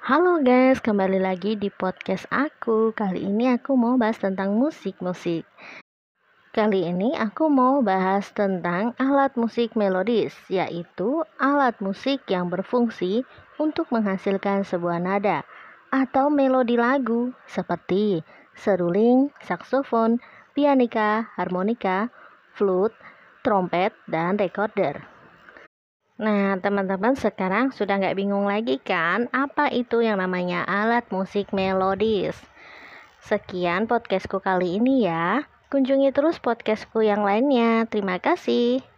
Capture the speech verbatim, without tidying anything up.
Halo guys, kembali lagi di podcast aku. Kali ini aku mau bahas tentang musik-musik. Kali ini aku mau bahas tentang alat musik melodis, yaitu alat musik yang berfungsi untuk menghasilkan sebuah nada atau melodi lagu seperti seruling, saksofon, pianika, harmonika, flute, trompet, dan recorder. Nah, teman-teman sekarang sudah nggak bingung lagi kan apa itu yang namanya alat musik melodis. Sekian podcastku kali ini ya. Kunjungi terus podcastku yang lainnya. Terima kasih.